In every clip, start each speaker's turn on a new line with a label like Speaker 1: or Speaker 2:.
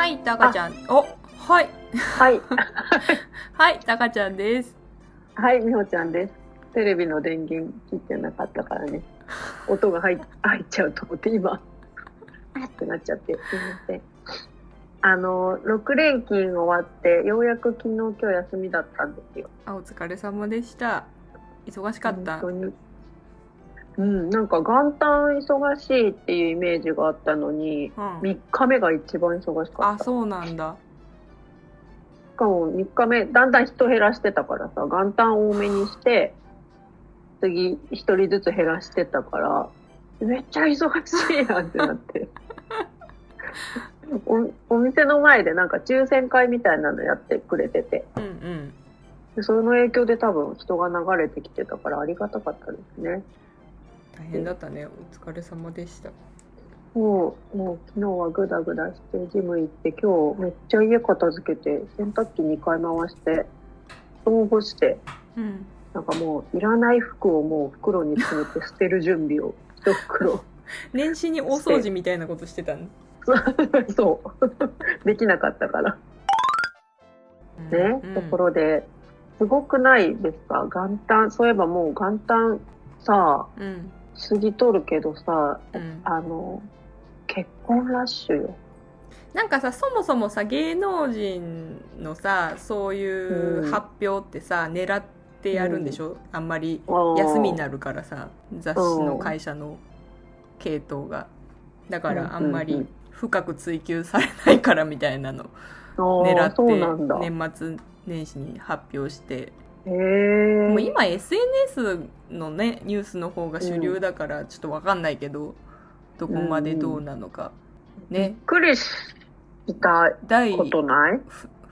Speaker 1: はい、たかちゃん。お、はい。
Speaker 2: はい。
Speaker 1: はい、たかちゃんです。
Speaker 2: はい、みほちゃんです。テレビの電源切ってなかったからね。音が入っちゃうと思って今、ってなっちゃって、すいません。6連勤終わって、ようやく昨日今日休みだったんですよ。
Speaker 1: お疲れ様でした。忙しかった。
Speaker 2: 本当に。なんか元旦忙しいっていうイメージがあったのに、3日目が一番忙しかった。
Speaker 1: そうなんだ。
Speaker 2: しかも3日目、だんだん人減らしてたからさ、元旦多めにして、次1人ずつ減らしてたから、めっちゃ忙しいなってなって。お店の前でなんか抽選会みたいなのやってくれてて、でその影響で多分人が流れてきてたからありがたかったですね。
Speaker 1: 大変だったね。お疲れ様でした。
Speaker 2: もう昨日はグダグダしてジム行って、今日めっちゃ家片付けて洗濯機2回回して布団干して、なんかもういらない服をもう袋に詰めて捨てる準備を1袋
Speaker 1: 年始に大掃除みたいなことしてたの。
Speaker 2: そうできなかったからね。ところですごくないですか、元旦。そういえばもう元旦さ、過ぎとるけどさ、結婚ラッシュよ。
Speaker 1: なんかさ、そもそもさ、芸能人のさ、そういう発表ってさ、狙ってやるんでしょ、あんまり休みになるからさ、雑誌の会社の系統が。だからあんまり深く追求されないからみたいなの狙って年末年始に発表して、もう今 SNS のねニュースの方が主流だからちょっと分かんないけど、どこまでどうなのかね。
Speaker 2: びっくりしたことない？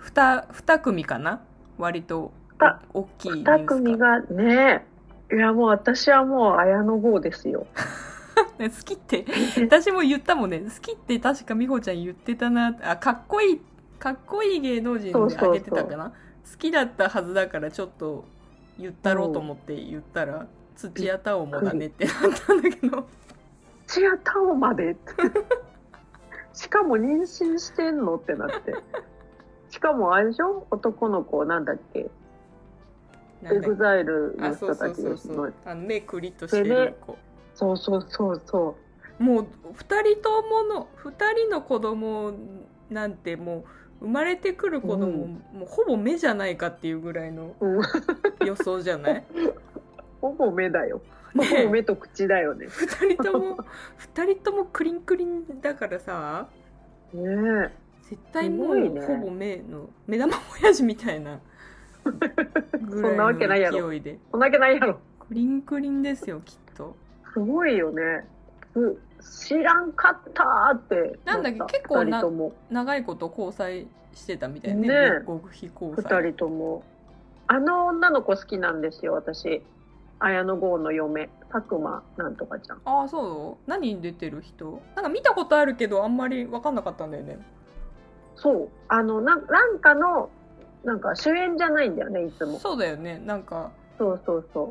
Speaker 1: 2組かな、割と大きいニュースか。2
Speaker 2: 組がね。いやもう私はもう綾野剛ですよ。
Speaker 1: 好きって私も言ったもんね。好きって確か美穂ちゃん言ってたな。かっこいい芸能人であげてたかな。好きだったはずだからちょっと言ったろうと思って言ったら、土屋太鳳もだねってなったんだけど。
Speaker 2: 土屋太鳳までしかも妊娠してんのってなって。しかもあれでしょ、男の子なんだっけ、エグザイルの人たちですの。
Speaker 1: 目クリッとしてる子。
Speaker 2: そう。
Speaker 1: もう2人の子供なんてもう生まれてくる子供、もうほぼ目じゃないかっていうぐらいの予想じゃない？
Speaker 2: ほぼ目だよ。ほぼ目と口だよね。
Speaker 1: 2人ともクリンクリンだからさ。
Speaker 2: ねえ。
Speaker 1: 絶対もうほぼ目玉親父みたいなぐらいの勢いで。
Speaker 2: そんなわけないやろ。
Speaker 1: クリンクリンですよきっと。
Speaker 2: すごいよね。知らんかったーって。
Speaker 1: なんだっけ、結構長いこと交際してたみたいね。極秘交際。
Speaker 2: 2人とも。あの女の子好きなんですよ私。綾野剛の嫁、佐久間なんとかちゃん。
Speaker 1: あ、そう？何に出てる人？なんか見たことあるけどあんまり分かんなかったんだよね。
Speaker 2: そう、なんかのなんか主演じゃないんだよね、いつも。
Speaker 1: そうだよね、なんか。
Speaker 2: そう。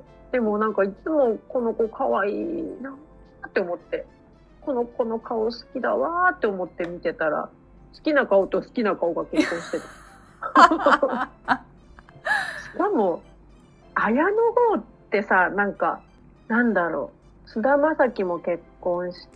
Speaker 2: でもなんかいつもこの子可愛いなって思って、この子の顔好きだわーって思って見てたら、好きな顔と好きな顔が結婚してた。しかも綾野剛ってさ、なんかなんだろう、菅田将暉も結婚して、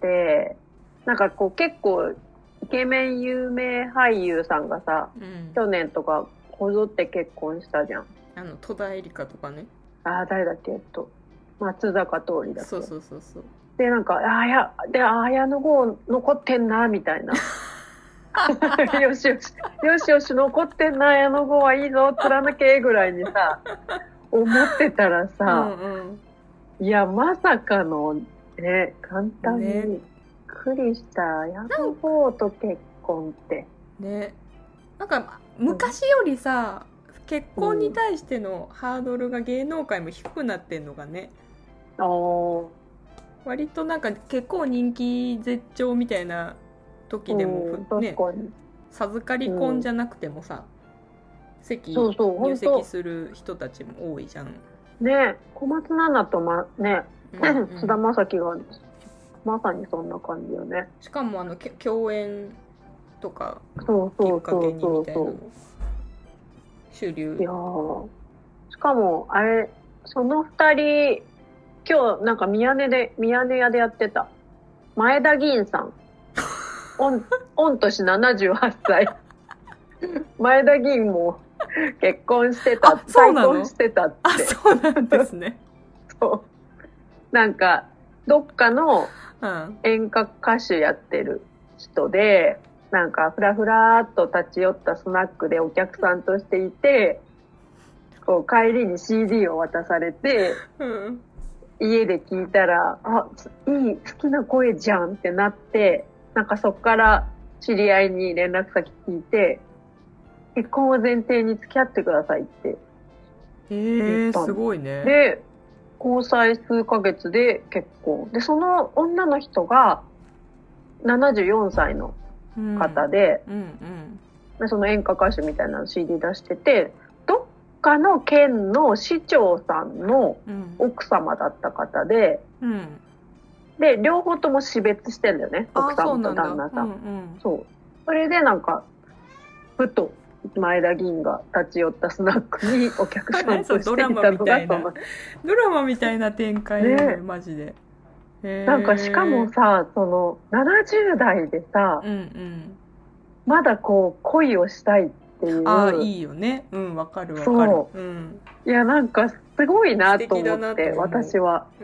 Speaker 2: なんかこう結構イケメン有名俳優さんがさ、去年とかこぞって結婚したじゃん。
Speaker 1: 戸田恵梨香とかね。
Speaker 2: 誰だっけ、松坂桃李だっけ。
Speaker 1: そう。
Speaker 2: でなんか綾野剛残ってんなみたいな。よし残ってんな、綾野剛はいいぞ貫けぐらいにさ思ってたらさ、いやまさかのね、簡単にびっくりした綾野剛と結婚って
Speaker 1: ね。なんか昔よりさ、結婚に対してのハードルが芸能界も低くなってんのがね。割となんか結構人気絶頂みたいな時でもね、授かり婚じゃなくてもさ、入籍する人たちも多いじゃん。
Speaker 2: ね、小松菜奈と菅田将暉がまさにそんな感じよね。
Speaker 1: しかも共演とか
Speaker 2: そう
Speaker 1: きっかけにみたいなの主流。
Speaker 2: いやー、しかもあれ、その2人今日なんかミヤネ屋でやってた前田議員さん御年78歳前田議員も結婚してた、再婚してたって。
Speaker 1: あ、そうなんですね。
Speaker 2: そうなんかどっかの演歌歌手やってる人で、なんかふらふらっと立ち寄ったスナックでお客さんとしていて、こう帰りに CD を渡されて、うん、家で聞いたら、あ、いい好きな声じゃんってなって、なんかそっから知り合いに連絡先聞いて、結婚を前提に付き合ってくださいって言ったの。
Speaker 1: すごいね。
Speaker 2: で、交際数ヶ月で結婚で、その女の人が74歳の方で、うんうんうん、でその演歌歌手みたいなの CD 出してて、どっかの県の市長さんの奥様だった方で、うん、で両方とも死別してんだよね、奥様と旦那さん。うんうん、そう。それでなんかふと前田議員が立ち寄ったスナックにお客さんとしていたのが
Speaker 1: ドラマみたいな展開ね、マジで。
Speaker 2: なんかしかもさ、その70代でさ、うんうん、まだこう恋をしたいっていう。
Speaker 1: あ、いいよね。うん、わかるわかる。
Speaker 2: そう、うん、いやなんかすごいなと思って、私は、うん、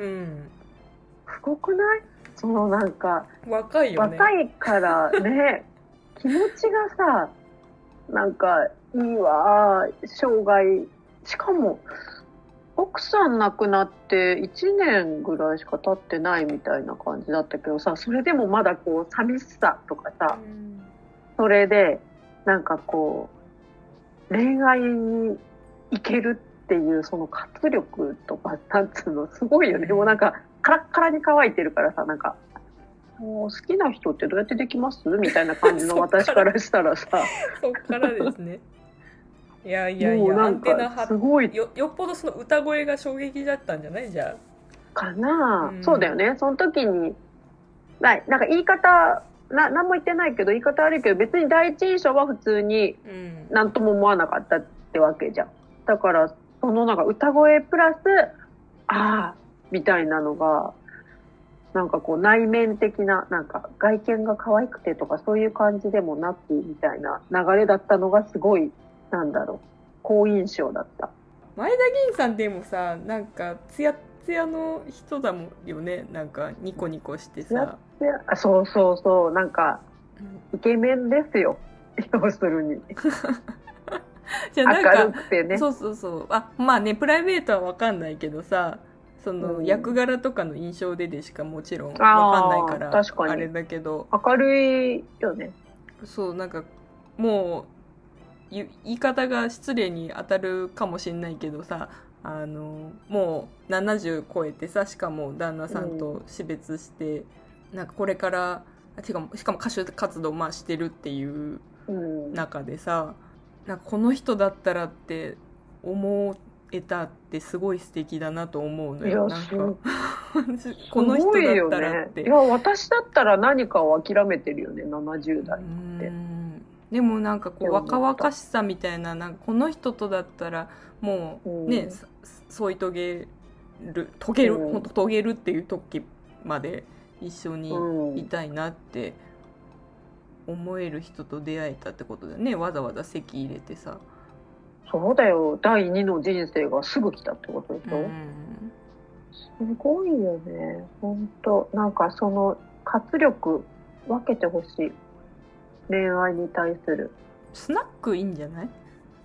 Speaker 2: すごくない？そのなんか
Speaker 1: 若いよね。
Speaker 2: 若いからね気持ちがさ、なんかいいわ、生涯。しかも奥さん亡くなって1年ぐらいしか経ってないみたいな感じだったけどさ、それでもまだこう寂しさとかさ、うん、それでなんかこう恋愛に行けるっていうその活力とかなんつうのすごいよね。もうなんかカラッカラに乾いてるからさ、なんかもう好きな人ってどうやってできますみたいな感じの私からしたらさ
Speaker 1: そっからですね。いやいやいや、アンテナ張って、よっぽどその歌声が衝撃だったんじゃない？じゃ
Speaker 2: あかな、うん、そうだよね。その時になんか言い方何も言ってないけど、言い方悪いけど別に第一印象は普通に何とも思わなかったってわけじゃん。だからそのなんか歌声プラスあーみたいなのがなんかこう内面的な、なんか外見が可愛くてとかそういう感じでもなくみたいな流れだったのがすごい、なんだろう、好印象だった。
Speaker 1: 前田議員さんでもさ、なんかツヤツヤの人だもんよね。なんかニコニコしてさ。
Speaker 2: あ、そうそうそう、なんかイケメンですよ。要するに。じゃあなんか明るくてね。
Speaker 1: そうそうそう。あ、まあね、プライベートは分かんないけどさ、その役柄とかの印象でしかもちろん分かんないから、
Speaker 2: 確かに
Speaker 1: あれだけど、
Speaker 2: 明るいよね。
Speaker 1: そう、なんかもう言い方が失礼に当たるかもしれないけどさ、もう70超えてさ、しかも旦那さんと死別して、なんかこれからしかも歌手活動まあしてるっていう中でさ、なんかこの人だったらって思えたってすごい素敵だなと思うのよ。なんかこの人だったらって、
Speaker 2: いや私だったら何かを諦めてるよね、70代って。
Speaker 1: でもなんかこう若々しさみたいな、なんかこの人とだったらもうね、添い遂げる本当遂げるっていう時まで一緒にいたいなって思える人と出会えたってことだよね。わざわざ籍入れてさ。
Speaker 2: そうだよ、第2の人生がすぐ来たってことでしょ。すごいよね、本当。なんかその活力分けてほしい、恋愛に対する。
Speaker 1: スナックいいんじゃない？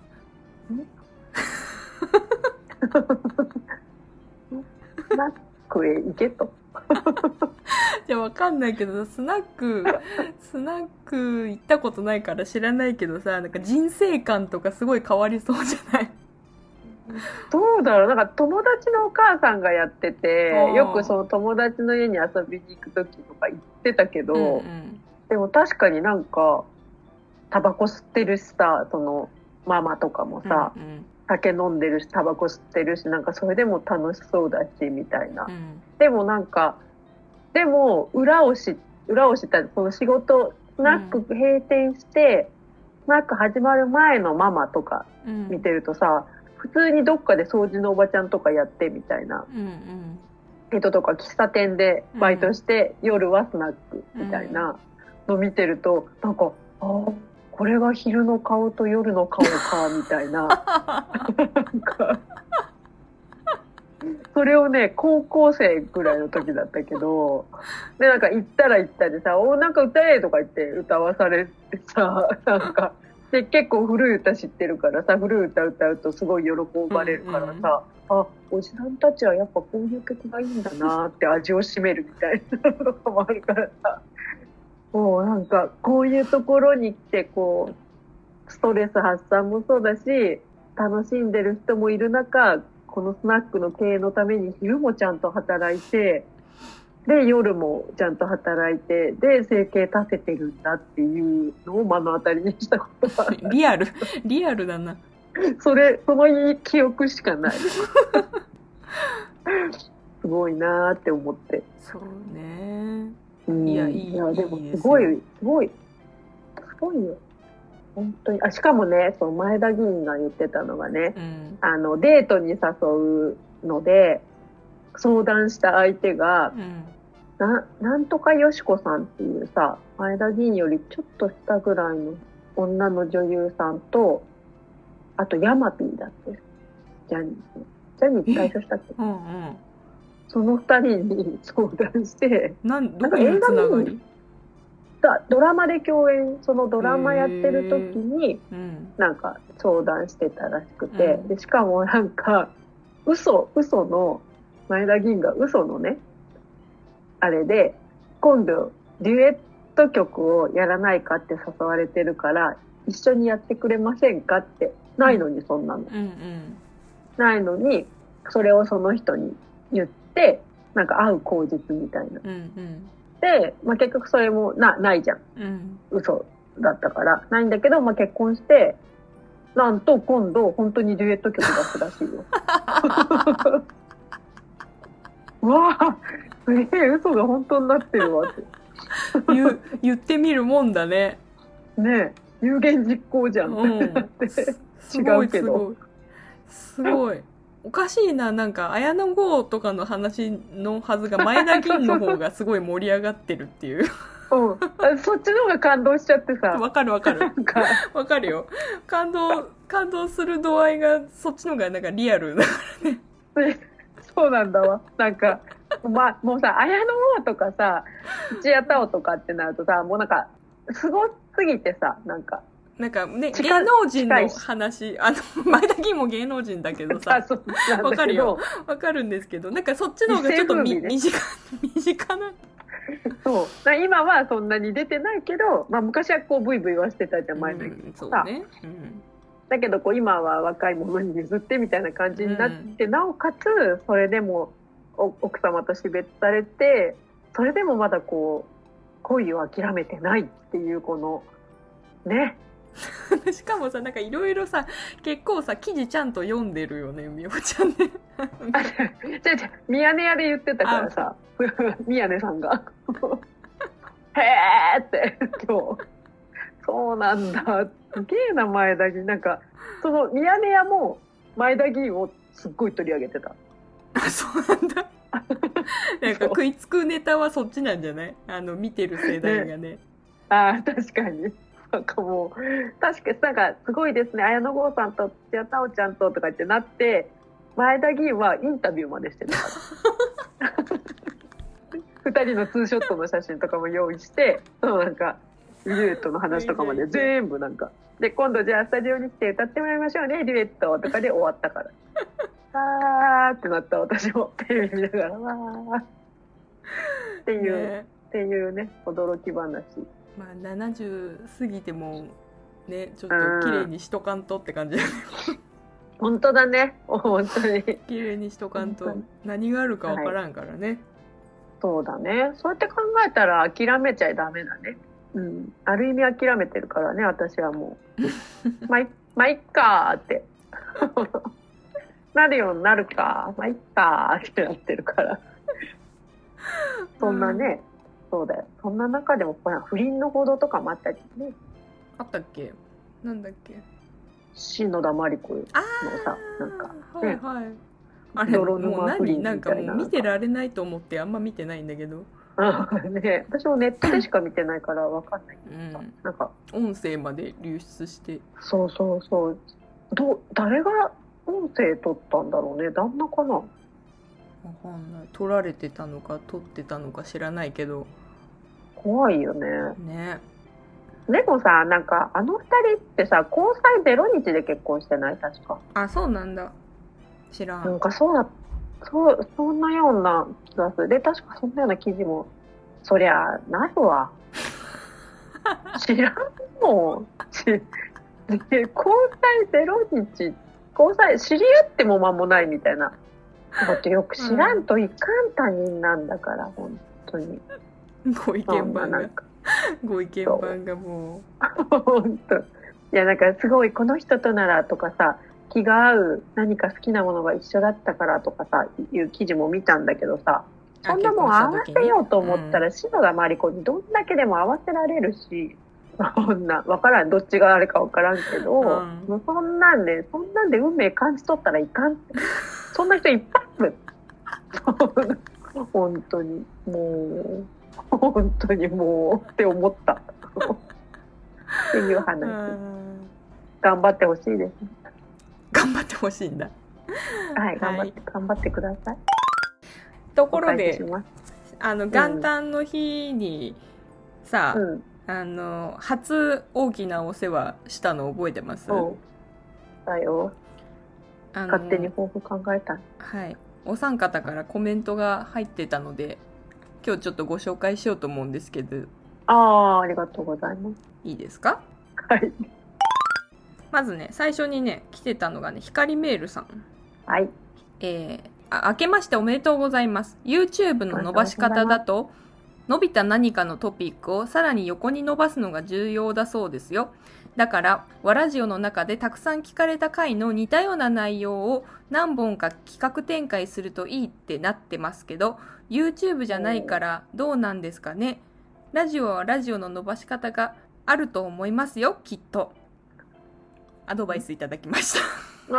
Speaker 2: スナックへ行けと。
Speaker 1: じゃあ分かんないけど、スナック行ったことないから知らないけどさ、なんか人生観とかすごい変わりそうじゃない？
Speaker 2: どうだろう、なんか友達のお母さんがやってて、よくその友達の家に遊びに行く時とか行ってたけど、でも確かになんかタバコ吸ってるしさ、そのママとかもさ、酒飲んでるしタバコ吸ってるし、なんかそれでも楽しそうだしみたいな、でもなんかでも裏を知ったその仕事スナック閉店して、スナック始まる前のママとか見てるとさ、普通にどっかで掃除のおばちゃんとかやってみたいな、人とか喫茶店でバイトして、夜はスナックみたいなの見てると、なんか、これが昼の顔と夜の顔かみたいななんかそれをね、高校生ぐらいの時だったけど、でなんか行ったら行ったでさ、なんか歌えとか言って歌わされてさ、なんかで結構古い歌知ってるからさ、古い歌歌うとすごい喜ばれるからさ、おじさんたちはやっぱこういう曲がいいんだなって味を占めるみたいなのとかもあるからさ、もうなんかこういうところに来てこうストレス発散もそうだし、楽しんでる人もいる中、このスナックの経営のために昼もちゃんと働いて、で夜もちゃんと働いて、で生計立ててるんだっていうのを目の当たりにしたことがある。
Speaker 1: リアルだな。
Speaker 2: その記憶しかないすごいなーって思って。
Speaker 1: そうね。
Speaker 2: いやでもすごいよ本当に。しかもね、その前田議員が言ってたのがね、デートに誘うので相談した相手が、なんとかよしこさんっていうさ、前田議員よりちょっと下ぐらいの女の女優さんと、あとヤマピーだって、ジャニーズ退所したっけ、その二人に相談して、
Speaker 1: どういうつながり？
Speaker 2: ドラマで共演、そのドラマやってる時になんか相談してたらしくて、でしかもなんか嘘の前田議員が嘘のねあれで、今度デュエット曲をやらないかって誘われてるから一緒にやってくれませんかって、ないのにそんなの、ないのにそれをその人に言って、なんか会う口実みたいな、で、結局それもないじゃん、嘘だったからないんだけど、結婚して、なんと今度本当にデュエット曲出すらしいようわあ、すげえ嘘が本当になってるわって
Speaker 1: 言ってみるもんだね。
Speaker 2: ねえ、有言実行じゃんって違うけど、
Speaker 1: すごいおかしいな。なんか綾野剛とかの話のはずが前田議員の方がすごい盛り上がってるっていう
Speaker 2: そっちの方が感動しちゃってさ。
Speaker 1: わかるわかるよ。感動する度合いがそっちの方がなんかリアルだからね
Speaker 2: そうなんだわ。なんかもうさ、綾野剛とかさ、土屋太鳳とかってなるとさ、もうなんかすごすぎてさ、なんか
Speaker 1: ね、芸能人の話、前田議員も芸能人だけどさ、わかるよ。わかるんですけど、なんかそっちの方がちょっと身近な。
Speaker 2: そう。今はそんなに出てないけど、昔はこうブイブイはしてたじゃん、前田議員とか。だけど今は若い者に譲ってみたいな感じになって、なおかつそれでも奥様と死別されて、それでもまだこう恋を諦めてないっていうこのね
Speaker 1: しかもさ、なんかいろいろさ、結構さ記事ちゃんと読んでるよね、みおちゃんね
Speaker 2: ミヤネ屋で言ってたからさ、宮根さんがへーって今日そうなんだ、すげえな前田議員。なんかそのミヤネ屋も前田議員をすっごい取り上げてた。
Speaker 1: そうなんだなんか食いつくネタはそっちなんじゃない？見てる世代がね。
Speaker 2: 確かに。なんかもう確かになんかすごいですね、綾野剛さんと土屋太鳳ちゃんととかってなって、前田議員はインタビューまでしてたから2人のツーショットの写真とかも用意して、なんかデュエットの話とかまで全部なんかで、今度じゃあスタジオに来て歌ってもらいましょうねデュエットとかで終わったからあーってなった。私もテレビ見ながらわーっていう、っていうね、驚き話。
Speaker 1: 70過ぎてもね、ちょっと綺麗にしとかんとって感じだね
Speaker 2: 本当だね、本当に
Speaker 1: 綺麗にしとかんと何があるかわからんからね、
Speaker 2: そうだね。そうやって考えたら諦めちゃダメだね。ある意味諦めてるからね、私はもうまあいっかーってなるようになるか、まあいっかーってなってるからそんなね、 そうだよ。そんな中でもほら不倫の報道とかもあったりね。
Speaker 1: あったっけ？なんだっけ？
Speaker 2: 篠田麻里子のさ、なんか、
Speaker 1: はいはい。あれもう何なんかもう見てられないと思ってあんま見てないんだけど。
Speaker 2: ね、私もネットでしか見てないからわかんないけどさ、なんか
Speaker 1: 音声まで流出して。
Speaker 2: そうそうそう。誰が音声取ったんだろうね。旦那かな。わ
Speaker 1: かんない。撮られてたのか撮ってたのか知らないけど。
Speaker 2: 怖いよね。
Speaker 1: ね。
Speaker 2: でもさ、なんかあの二人ってさ、交際0日で結婚してない？確か。
Speaker 1: あ、そうなんだ。知らん。
Speaker 2: なんかそんなような気がする。で、確かそんなような記事も、そりゃ、なるわ。知らんもん。交際0日、知り合っても間もないみたいな。だってよく知らんといかん他人なんだから、本当に。
Speaker 1: ご意見番がもう。
Speaker 2: 本当。いや、なんかすごい、この人とならとかさ、気が合う何か好きなものが一緒だったからとかさ、いう記事も見たんだけどさ、そんなもん合わせようと思ったら、篠田麻里子にどんだけでも合わせられるし、そんな、わからん、どっちがあれかわからんけど、もうそんなんで運命感じ取ったらいかんって。そんな人いっぱいいる。本当に、本当にもう、って思った。っていう話。頑張ってほしいです。
Speaker 1: 頑張ってほしいんだ。
Speaker 2: はい、頑張ってください。
Speaker 1: ところで、元旦の日にさ、初大きなお世話したの覚えてます？
Speaker 2: だよ。勝手に抱負考えた。
Speaker 1: はい。お三方からコメントが入ってたので、今日ちょっとご紹介しようと思うんですけど。
Speaker 2: ありがとうございます。
Speaker 1: いいですか？
Speaker 2: はい。
Speaker 1: まずね、最初にね、来てたのがね、光メールさん。
Speaker 2: はい。
Speaker 1: 明けましておめでとうございます。YouTube の伸ばし方だと、伸びた何かのトピックをさらに横に伸ばすのが重要だそうですよ。だから、ワラジオの中でたくさん聞かれた回の似たような内容を何本か企画展開するといいってなってますけど、YouTube じゃないからどうなんですかね。ラジオはラジオの伸ばし方があると思いますよ、きっと。アドバイスいただきました。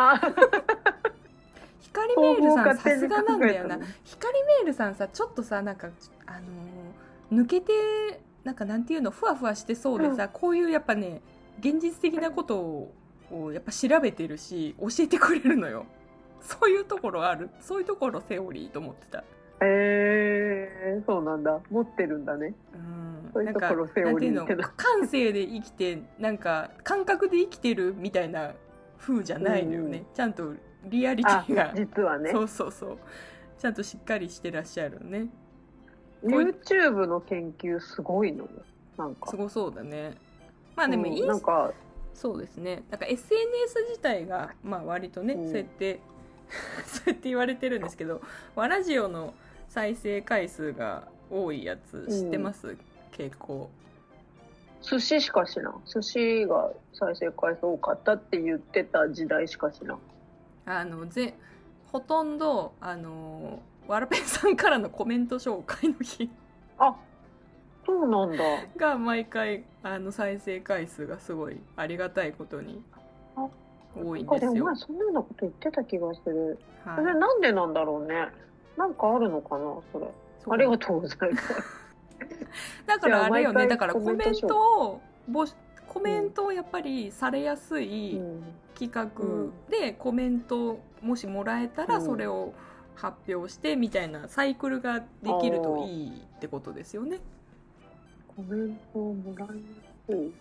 Speaker 1: 光メールさんさすがなんだよな。光メールさんさ、ちょっとさ、なんか抜けて、なんかなんていうの、ふわふわしてそうでさ、こういうやっぱね、現実的なことをやっぱ調べてるし、教えてくれるのよ。そういうところある。そういうところセオリーと思ってた。
Speaker 2: そうなんだ。持ってるんだね。そういうところセオリーって
Speaker 1: 感性で生きて、なんか感覚で生きてるみたいな風じゃないのよね。ちゃんとリアリティが。
Speaker 2: 実はね。
Speaker 1: そう。ちゃんとしっかりしてらっしゃるね。
Speaker 2: YouTube の研究すごいのよ。なんか。
Speaker 1: すごそうだね。まあでもそうですね。なんか SNS 自体が、まあ割とね、そうやって言われてるんですけど、ラジオの再生回数が多いやつ知ってます？傾向。
Speaker 2: 寿司しかしな。寿司が再生回数多かったって言ってた時代しかしな。
Speaker 1: ほとんどワラペンさんからのコメント紹介の日。
Speaker 2: そうなんだ。
Speaker 1: が毎回再生回数がすごいありがたいことに多いんですよ。
Speaker 2: でもそんなようなこと言ってた気がする。それなんでなんだろうね。なんかあるのかなそれ。ありがとうございます。
Speaker 1: だからあれよね。だからコメントをやっぱりされやすい企画でコメントもしもらえたらそれを発表してみたいなサイクルができるといいってことですよね。
Speaker 2: コメントをもらいやすい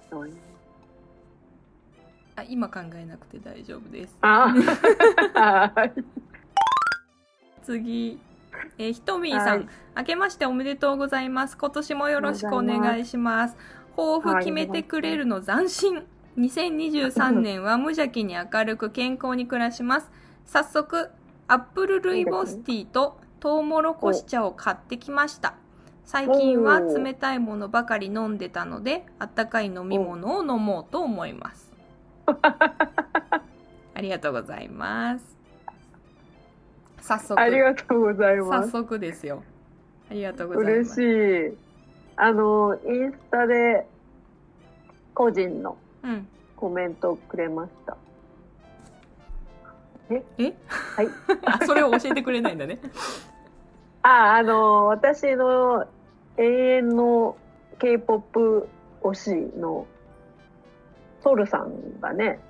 Speaker 1: 今考えなくて大丈夫です。次、ひとみーさん、明けましておめでとうございます。今年もよろしくお願いします。抱負決めてくれるの斬新。2023年は無邪気に明るく健康に暮らします。早速、アップルルイボスティーとトウモロコシ茶を買ってきました。最近は冷たいものばかり飲んでたので、あったかい飲み物を飲もうと思います。ありがとうございます。早速。
Speaker 2: ありがとうございます。
Speaker 1: 早速ですよ。ありがとうございます。
Speaker 2: 嬉しい。 インスタで個人の
Speaker 1: うん。
Speaker 2: コメントをくれました。
Speaker 1: え
Speaker 2: はい。
Speaker 1: あ、それを教えてくれないんだね。
Speaker 2: 私の永遠の K-POP 推しのソルさんがね、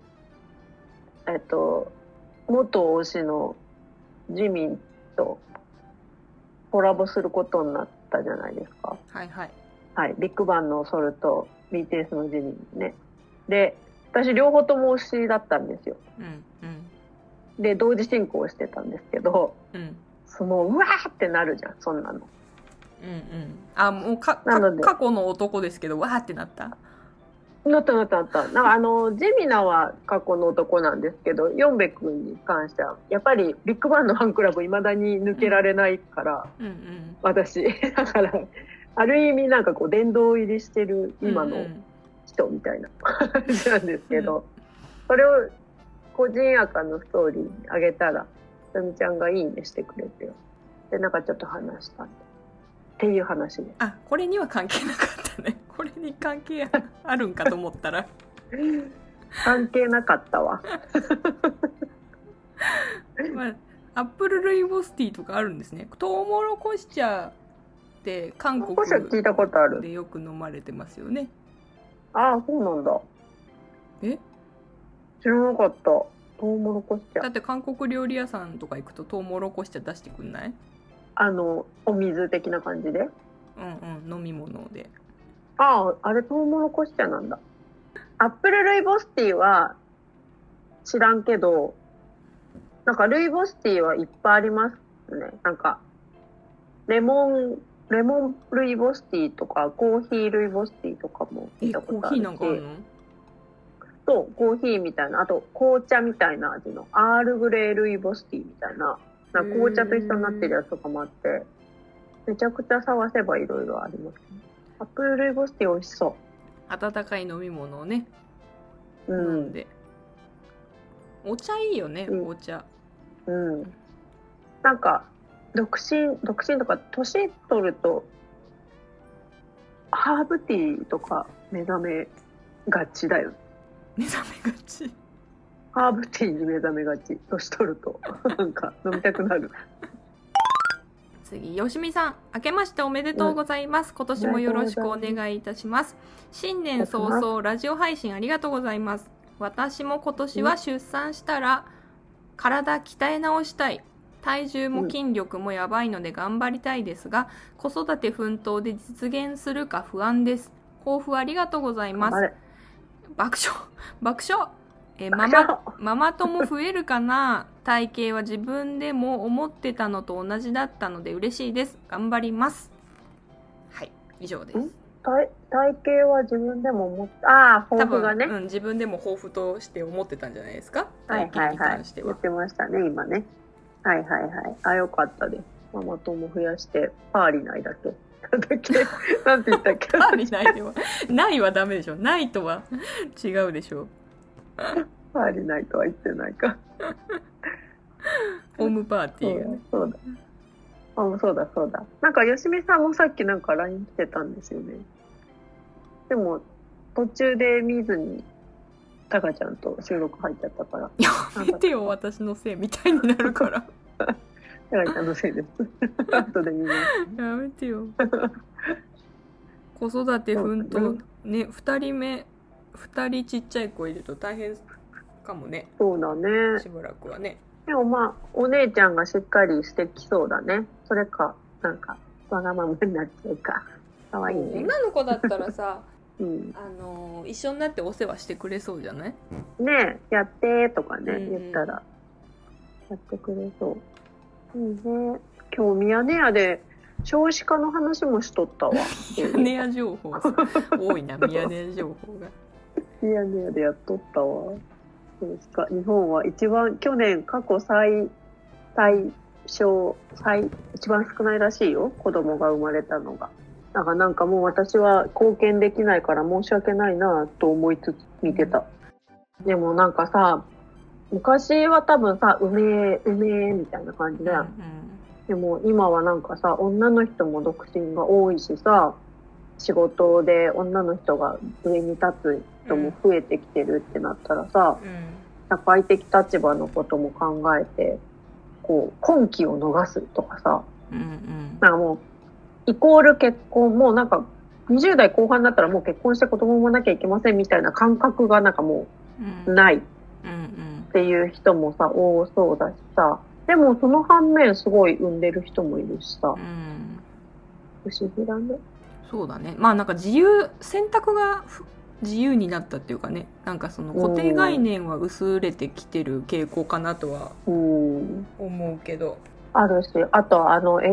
Speaker 2: 元推しのジミンとコラボすることになったじゃないですか。
Speaker 1: はいはい。
Speaker 2: はい。ビッグバンのソルと BTS のジミンね。で、私両方とも推しだったんですよ。
Speaker 1: うんうん
Speaker 2: で、同時進行してたんですけど、
Speaker 1: うん。
Speaker 2: うわーってなるじゃん、そんなの。
Speaker 1: うんうん。あ、もう過去の男ですけど、わーってなった。
Speaker 2: なった。なんかジェミナは過去の男なんですけど、ヨンベ君に関しては、やっぱりビッグバンのファンクラブ未だに抜けられないから、
Speaker 1: うんうん。
Speaker 2: 私。だから、ある意味なんかこう、殿堂入りしてる今の人みたいな感じなんですけど、それを個人アカのストーリーにあげたら、ひとみちゃんがいいねしてくれて、で、なんかちょっと話したんで。っていう話で。
Speaker 1: あ、これには関係なかったね。これに関係あるんかと思ったら。
Speaker 2: 関係なかったわ。
Speaker 1: まあ、アップルルイボスティーとかあるんですね。トウモロコシ茶って韓国
Speaker 2: 聞いたことある。
Speaker 1: でよく飲まれてますよね。
Speaker 2: ああ、そうなんだ。
Speaker 1: え？
Speaker 2: 知らなかった。トウモロコシ茶。
Speaker 1: だって韓国料理屋さんとか行くとトウモロコシ茶出してくんない？
Speaker 2: お水的な感じで？
Speaker 1: うんうん、飲み物で。
Speaker 2: ああ、あれトウモロコシ茶なんだ。アップルルイボスティーは知らんけど、なんかルイボスティーはいっぱいありますね。なんか、レモンルイボスティーとか、コーヒールイボスティーとかも見たことあるし。
Speaker 1: コーヒーなんかあるの？
Speaker 2: そう、コーヒーみたいな、あと紅茶みたいな味のアールグレイルイボスティーみたいな、なんか紅茶と一緒になってるやつとかもあって、めちゃくちゃ探せばいろいろありますね。アップルルイボスティー美味しそ
Speaker 1: 温かい飲み物をね、
Speaker 2: う。
Speaker 1: 飲んで。お茶いいよね、お茶。
Speaker 2: うん。なんか、独身とか、年取ると、ハーブティーとか目覚めがちだよ。
Speaker 1: 目覚めがち。
Speaker 2: ハーブティーに目覚めがち。年取ると。なんか、飲みたくなる。
Speaker 1: 次、よしみさん。明けましておめでとうございます。今年もよろしくお願いいたします。新年早々、ラジオ配信ありがとうございます。私も今年は出産したら、体鍛え直したい。体重も筋力もやばいので頑張りたいですが、子育て奮闘で実現するか不安です。抱負ありがとうございます。爆笑。ママ友増えるかな？体型は自分でも思ってたのと同じだったので嬉しいです。頑張ります。はい、以上です。
Speaker 2: 体型は自分でも思って、抱負がね。
Speaker 1: 多分、自分でも抱負として思ってたんじゃないですか？体型に関しては。
Speaker 2: 言ってましたね、今ね。はい。よかったです。ママ友増やして、パーリないだけ。なんて言ったっけ？
Speaker 1: パーリないでは。ないはダメでしょ。ないとは違うでしょ。
Speaker 2: パーリないとは言ってないか。
Speaker 1: ホームパーティーがね。
Speaker 2: そうだ。なんか、よしみさんもさっきなんか LINE 来てたんですよね。でも、途中で見ずに、タカちゃんと収録入っちゃったから。
Speaker 1: やめてよ、私のせいみたいになるから。
Speaker 2: タカちゃんのせいです。後で見ます。
Speaker 1: やめてよ。子育て奮闘、ね、2人ちっちゃい子いると大変かもね。
Speaker 2: そうだね。
Speaker 1: しばらくはね。
Speaker 2: でもまあ、お姉ちゃんがしっかりしてきそうだね。それか、なんか、わがままになっちゃうか。かわいいね。
Speaker 1: 女の子だったらさ、
Speaker 2: うん
Speaker 1: 一緒になってお世話してくれそうじゃない？
Speaker 2: ねえ、やってとかね、言ったら、やってくれそう。いいね。今日ミヤネ屋で少子化の話もしとったわ。
Speaker 1: ミヤネ屋情報多いな、ミヤネ屋情報が。
Speaker 2: ミヤネ屋でやっとったわ。少子化。日本は一番、去年過去一番少ないらしいよ。子供が生まれたのが。だからなんかもう私は貢献できないから申し訳ないなと思いつつ見てた。でもなんかさ、昔は多分さ、うめえみたいな感じで、でも今はなんかさ、女の人も独身が多いしさ、 仕事で女の人が上に立つ人も増えてきてるってなったらさ、社会的立場のことも考えて、こう、婚期を逃すとかさ、なんかもう、イコール結婚、もうなんか、20代後半だったらもう結婚して子供もなきゃいけませんみたいな感覚がなんかもう、ないっていう人もさ、多そうだしさ、でもその反面すごい産んでる人もいるしさ、不思議だね。
Speaker 1: そうだね。まあなんか選択が自由になったっていうかね、なんかその固定概念は薄れてきてる傾向かなとは思うけど。
Speaker 2: あるし、あと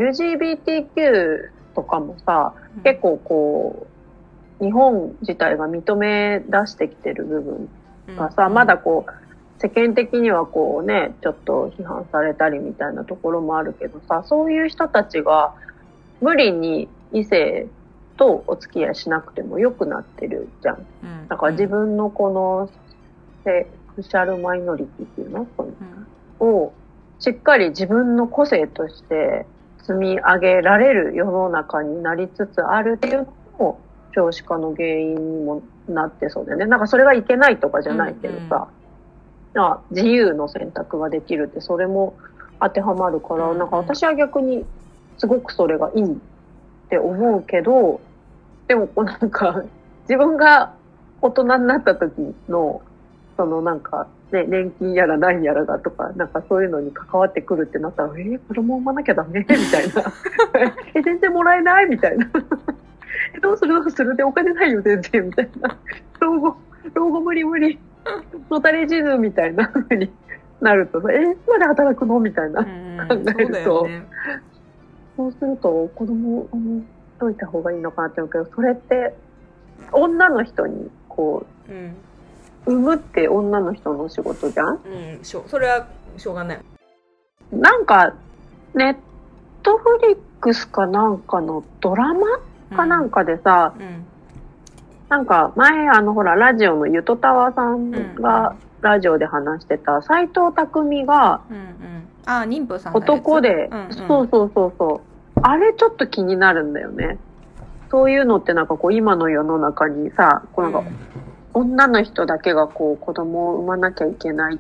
Speaker 2: LGBTQ とかもさ、結構こう、日本自体が認め出してきてる部分がさ、まだこう、世間的にはこうね、ちょっと批判されたりみたいなところもあるけどさ、そういう人たちが無理に異性とお付き合いしなくても良くなってるじゃん。だから自分のこのセクシャルマイノリティっていうの、をしっかり自分の個性として積み上げられる世の中になりつつあるっていうのも少子化の原因にもなってそうだよね。なんかそれがいけないとかじゃないけどさ、自由の選択ができるってそれも当てはまるから、なんか私は逆にすごくそれがいいって思うけど、でもなんか自分が大人になった時のそのなんかね、年金やら何やらがとかなんかそういうのに関わってくるってなったら、子供産まなきゃダメみたいな全然もらえないみたいなどうするでお金ないよ全然みたいな老後無理のたれ地図みたいな風になるとさ、いつまで働くのみたいな考えると、そうすると子供を産んどいた方がいいのかなって思うけど、それって女の人にこう、産むって女の人の仕事じゃん。
Speaker 1: それはしょうがない。
Speaker 2: なんかネットフリックスかなんかのドラマかなんかでさ、なんか前ほらラジオのゆとたわさんがラジオで話してた斎藤工が
Speaker 1: 妊婦さんのやつ
Speaker 2: 男で、そうあれちょっと気になるんだよね。そういうのってなんかこう今の世の中にさ、こうなんか女の人だけがこう子供を産まなきゃいけないって、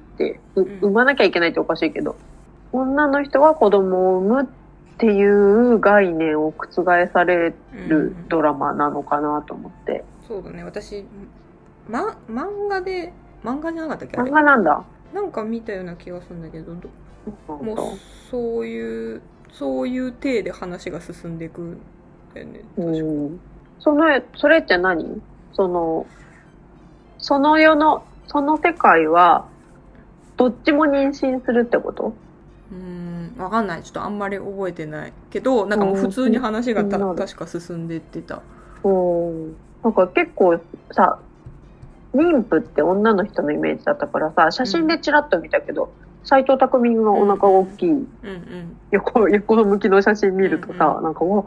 Speaker 2: 産まなきゃいけないっておかしいけど、女の人は子供を産むっていう概念を覆されるドラマなのかなと思って。
Speaker 1: そうだね、私、漫画じゃなかったっけ？
Speaker 2: 漫画なんだ。
Speaker 1: なんか見たような気がするんだけど、もうそういう体で話が進んでいくんだよね。
Speaker 2: それって何？その世の、その世界は、どっちも妊娠するってこと？
Speaker 1: わかんない。ちょっとあんまり覚えてないけど、なんかもう普通に話が確か進んでってた。
Speaker 2: なんか結構さ、妊婦って女の人のイメージだったからさ、写真でチラッと見たけど、斎藤工がお腹が大きい、横向きの写真見るとさ、なんかわ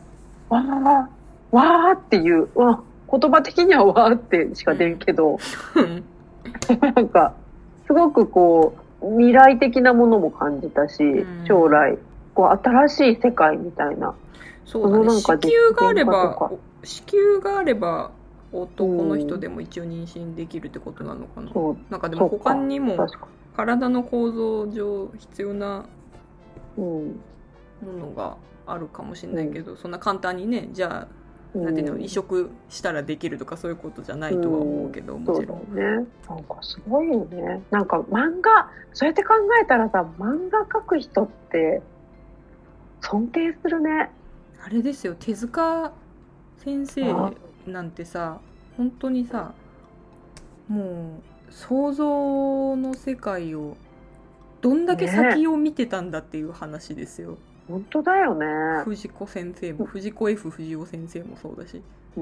Speaker 2: ーっていう、言葉的にはわーってしか出んけど、なんか、すごくこう、未来的なものも感じたし、将来、こう、新しい世界みたいな。
Speaker 1: そうだね。子宮があれば、男の人でも一応妊娠できるってことなのかな。なんかでも他にも、体の構造上必要なものがあるかもしれないけど、そんな簡単にね、じゃあ、なんていうの、移植したらできるとかそういうことじゃないとは思うけど、もちろん。
Speaker 2: そうだね。なんかすごいよね。なんか漫画、そうやって考えたらさ、漫画描く人って尊敬するね。
Speaker 1: あれですよ、手塚先生なんてさ、本当にさ、もう想像の世界をどんだけ先を見てたんだっていう話ですよ。
Speaker 2: 本当だよね。
Speaker 1: 藤子先生も藤子 F 不二雄先生もそうだし、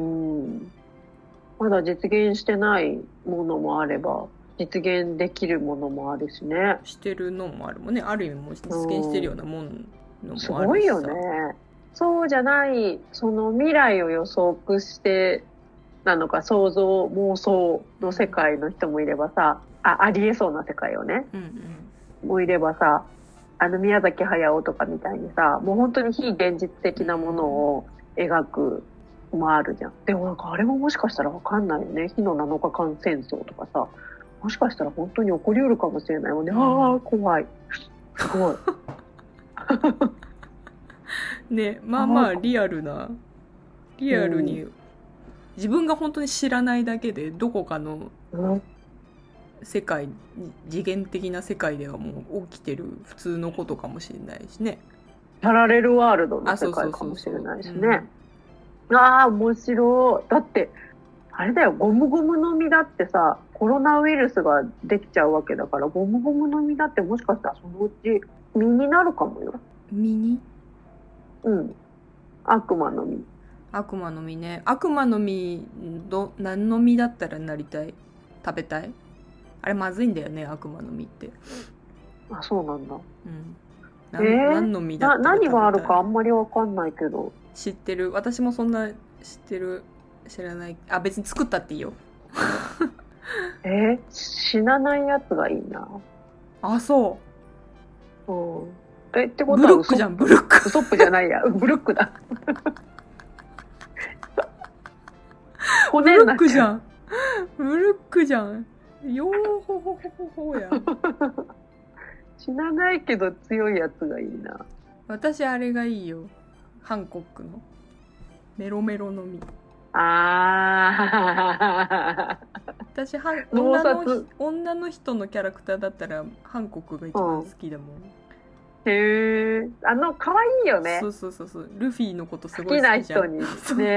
Speaker 2: まだ実現してないものもあれば実現できるものもあるしね。
Speaker 1: してるのもあるもんね。ある意味も実現してるようなもんのもあるしさ。
Speaker 2: すごいよね。そうじゃないその未来を予測してなのか、想像妄想の世界の人もいればさ、ありえそうな世界をね、もいればさ、宮崎駿とかみたいにさ、もう本当に非現実的なものを描くもあるじゃん。でもなんかあれももしかしたらわかんないよね。火の7日間戦争とかさ、もしかしたら本当に起こりうるかもしれないよね。ああ、怖い。すごい。
Speaker 1: ね、まあまあリアルに、自分が本当に知らないだけでどこかの世界、次元的な世界ではもう起きてる普通のことかもしれないしね。
Speaker 2: パラレルワールドの世界かもしれないしね。ああ、面白い。だってあれだよ、ゴムゴムの実だってさ、コロナウイルスができちゃうわけだから、ゴムゴムの実だってもしかしたらそのうち実になるかもよ。
Speaker 1: 実？
Speaker 2: うん。悪魔の実。
Speaker 1: 悪魔の実ね。悪魔の実何の実だったらなりたい？食べたい？あれまずいんだよね、悪魔の実って。
Speaker 2: あ、そうなんだ。
Speaker 1: うん。何の実だったら食べたい？
Speaker 2: 何があるかあんまりわかんないけど。
Speaker 1: 知ってる。私もそんな知ってる。知らない。あ、別に作ったっていいよ。
Speaker 2: 死なないやつがいいな。
Speaker 1: あ、そう。
Speaker 2: うん。ってことは
Speaker 1: ブルックじゃん、ブルック。
Speaker 2: ウソップじゃないや。ブルックだ。
Speaker 1: ブルックじゃん。ブルックじゃん。よーほほほほほや。
Speaker 2: 死なないけど強いやつがいいな。
Speaker 1: 私あれがいいよ。ハンコックのメロメロの実。私女の人のキャラクターだったらハンコックが一番好きだもん。
Speaker 2: へえ、可愛いよね。
Speaker 1: そうルフィのことすごい好きじゃん。
Speaker 2: 好きな人にね。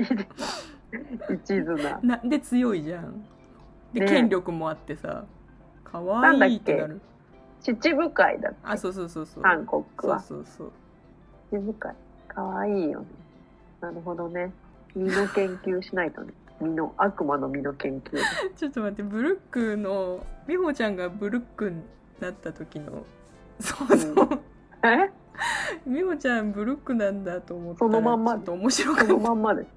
Speaker 2: 一途な。
Speaker 1: で強いじゃん。で、権力もあってさ、可愛いってなる。
Speaker 2: 七部会だって。
Speaker 1: あ、そう
Speaker 2: ハンコックは。
Speaker 1: そう
Speaker 2: 七部会。可愛いよね。なるほどね。身の研究しないとね。悪魔の身の研究。
Speaker 1: ちょっと待って、ブルックの美穂ちゃんがブルックになった時の想像。美穂ちゃんブルックなんだと思ったら、
Speaker 2: そのまんま。
Speaker 1: ちょっと面白かった。
Speaker 2: そのまんまです。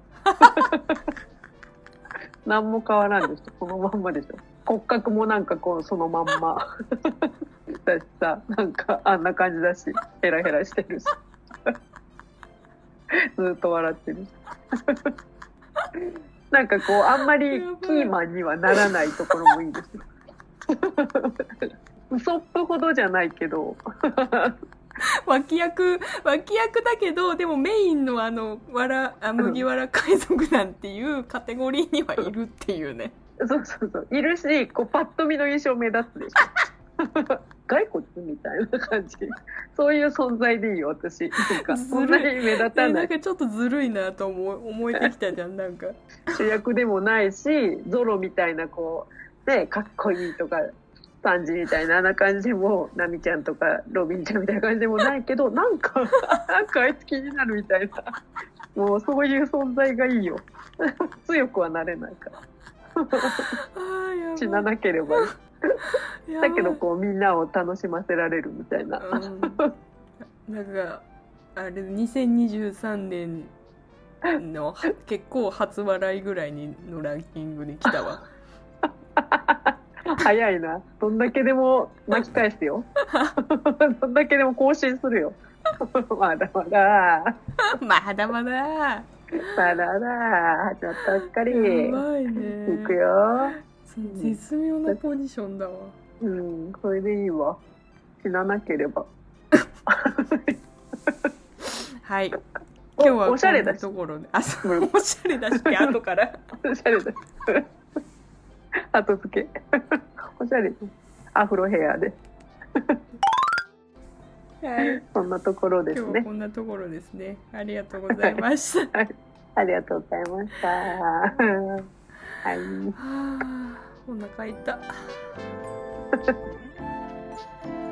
Speaker 2: 何も変わらんでしょ。そのまんまでしょ。骨格もなんかこうそのまんま。だしさ、なんかあんな感じだし、ヘラヘラしてるし。ずっと笑ってる。なんかこうあんまりキーマンにはならないところもいいです。ウソップほどじゃないけど。
Speaker 1: 脇役だけど、でもメインの麦わら海賊団っていうカテゴリーにはいるっていうね。
Speaker 2: そういるし、こうパッと見の印象目立つでしょ。骸骨みたいな感じ。そういう存在でいいよ、私。なんかそんなに目立たない。
Speaker 1: なんかちょっとずるいなと思えてきたじゃん、なんか。
Speaker 2: 主役でもないし、ゾロみたいなこう、ね、かっこいいとか、サンジみたいなあんな感じも、ナミちゃんとかロビンちゃんみたいな感じでもないけど、なんかあいつ気になるみたいな。もうそういう存在がいいよ。強くはなれないから。死ななければいい。だけどこうみんなを楽しませられるみたいな。
Speaker 1: なんかあれ2023年の結構初笑いぐらいのランキングに来たわ。
Speaker 2: 早いな。どんだけでも巻き返すよ。どんだけでも更新するよ。まだまだ。
Speaker 1: まだまだ。
Speaker 2: まだだ。ちょっとばっかり。
Speaker 1: やばいね。
Speaker 2: いくよ。
Speaker 1: 絶妙なポジションだわ。
Speaker 2: うん、それでいいわ。死ななければ。
Speaker 1: はい。今日は
Speaker 2: おしゃれだし。
Speaker 1: ところで、おしゃれだしって後から。
Speaker 2: おしゃれだし。後付け。おしゃれ。アフロヘアで。
Speaker 1: はい。
Speaker 2: そんなところですね。
Speaker 1: 今日はこんなところですね。ありがとうございました。
Speaker 2: はい、ありがとうございました。はい。
Speaker 1: はあ、お腹痛い。